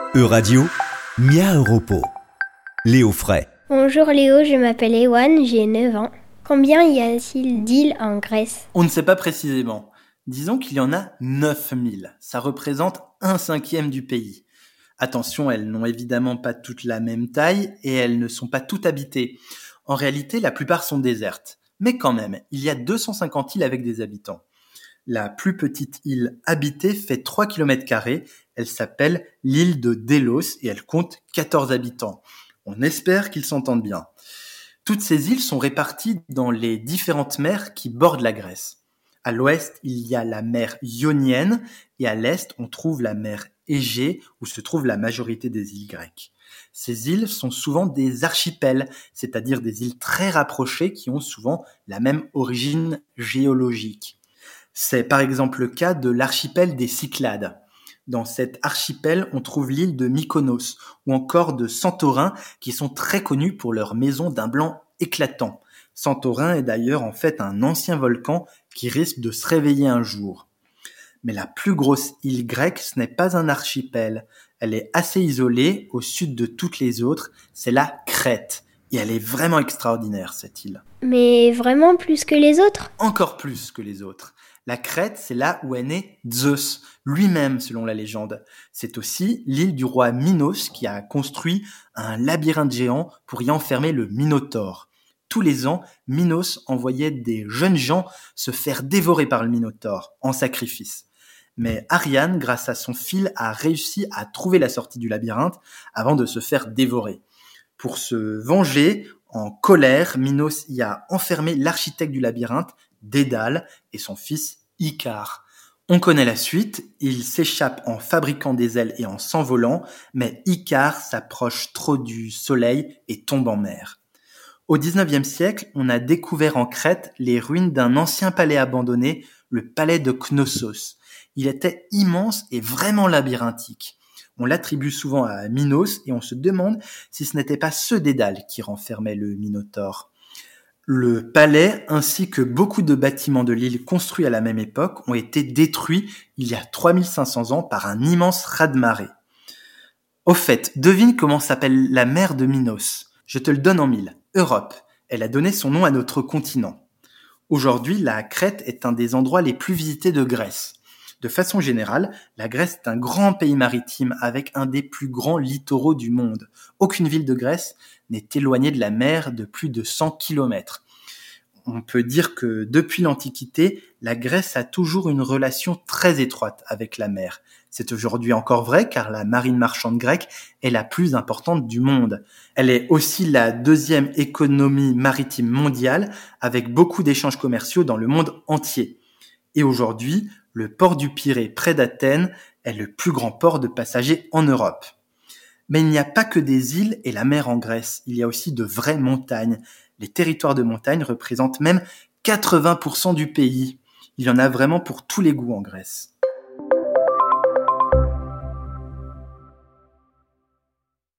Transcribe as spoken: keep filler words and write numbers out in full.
E-Radio, Mia Europo. Léo Fray. Bonjour Léo, je m'appelle Ewan, j'ai neuf ans. Combien y a-t-il d'îles en Grèce ? On ne sait pas précisément. Disons qu'il y en a neuf mille. Ça représente un cinquième du pays. Attention, elles n'ont évidemment pas toutes la même taille et elles ne sont pas toutes habitées. En réalité, la plupart sont désertes. Mais quand même, il y a deux cent cinquante îles avec des habitants. La plus petite île habitée fait trois kilomètres carrés. Elle s'appelle l'île de Délos et elle compte quatorze habitants. On espère qu'ils s'entendent bien. Toutes ces îles sont réparties dans les différentes mers qui bordent la Grèce. À l'ouest, il y a la mer Ionienne et à l'est, on trouve la mer Égée où se trouve la majorité des îles grecques. Ces îles sont souvent des archipels, c'est-à-dire des îles très rapprochées qui ont souvent la même origine géologique. C'est par exemple le cas de l'archipel des Cyclades. Dans cet archipel, on trouve l'île de Mykonos ou encore de Santorin qui sont très connus pour leurs maisons d'un blanc éclatant. Santorin est d'ailleurs en fait un ancien volcan qui risque de se réveiller un jour. Mais la plus grosse île grecque, ce n'est pas un archipel. Elle est assez isolée au sud de toutes les autres. C'est la Crète. Et elle est vraiment extraordinaire, cette île. Mais vraiment plus que les autres ? Encore plus que les autres. La Crète, c'est là où est né Zeus, lui-même selon la légende. C'est aussi l'île du roi Minos qui a construit un labyrinthe géant pour y enfermer le Minotaure. Tous les ans, Minos envoyait des jeunes gens se faire dévorer par le Minotaure en sacrifice. Mais Ariane, grâce à son fil, a réussi à trouver la sortie du labyrinthe avant de se faire dévorer. Pour se venger, en colère, Minos y a enfermé l'architecte du labyrinthe, Dédale, et son fils Icare. On connaît la suite, il s'échappe en fabriquant des ailes et en s'envolant, mais Icare s'approche trop du soleil et tombe en mer. Au dix-neuvième siècle, on a découvert en Crète les ruines d'un ancien palais abandonné, le palais de Knossos. Il était immense et vraiment labyrinthique. On l'attribue souvent à Minos et on se demande si ce n'était pas ce Dédale qui renfermait le Minotaure. Le palais ainsi que beaucoup de bâtiments de l'île construits à la même époque ont été détruits il y a trois mille cinq cents ans par un immense raz-de-marée. Au fait, devine comment s'appelle la mer de Minos. Je te le donne en mille. Europe. Elle a donné son nom à notre continent. Aujourd'hui, la Crète est un des endroits les plus visités de Grèce. De façon générale, la Grèce est un grand pays maritime avec un des plus grands littoraux du monde. Aucune ville de Grèce n'est éloignée de la mer de plus de cent kilomètres. On peut dire que depuis l'Antiquité, la Grèce a toujours une relation très étroite avec la mer. C'est aujourd'hui encore vrai car la marine marchande grecque est la plus importante du monde. Elle est aussi la deuxième économie maritime mondiale avec beaucoup d'échanges commerciaux dans le monde entier. Et aujourd'hui, le port du Pirée près d'Athènes est le plus grand port de passagers en Europe. Mais il n'y a pas que des îles et la mer en Grèce, il y a aussi de vraies montagnes. Les territoires de montagne représentent même quatre-vingts pour cent du pays. Il y en a vraiment pour tous les goûts en Grèce.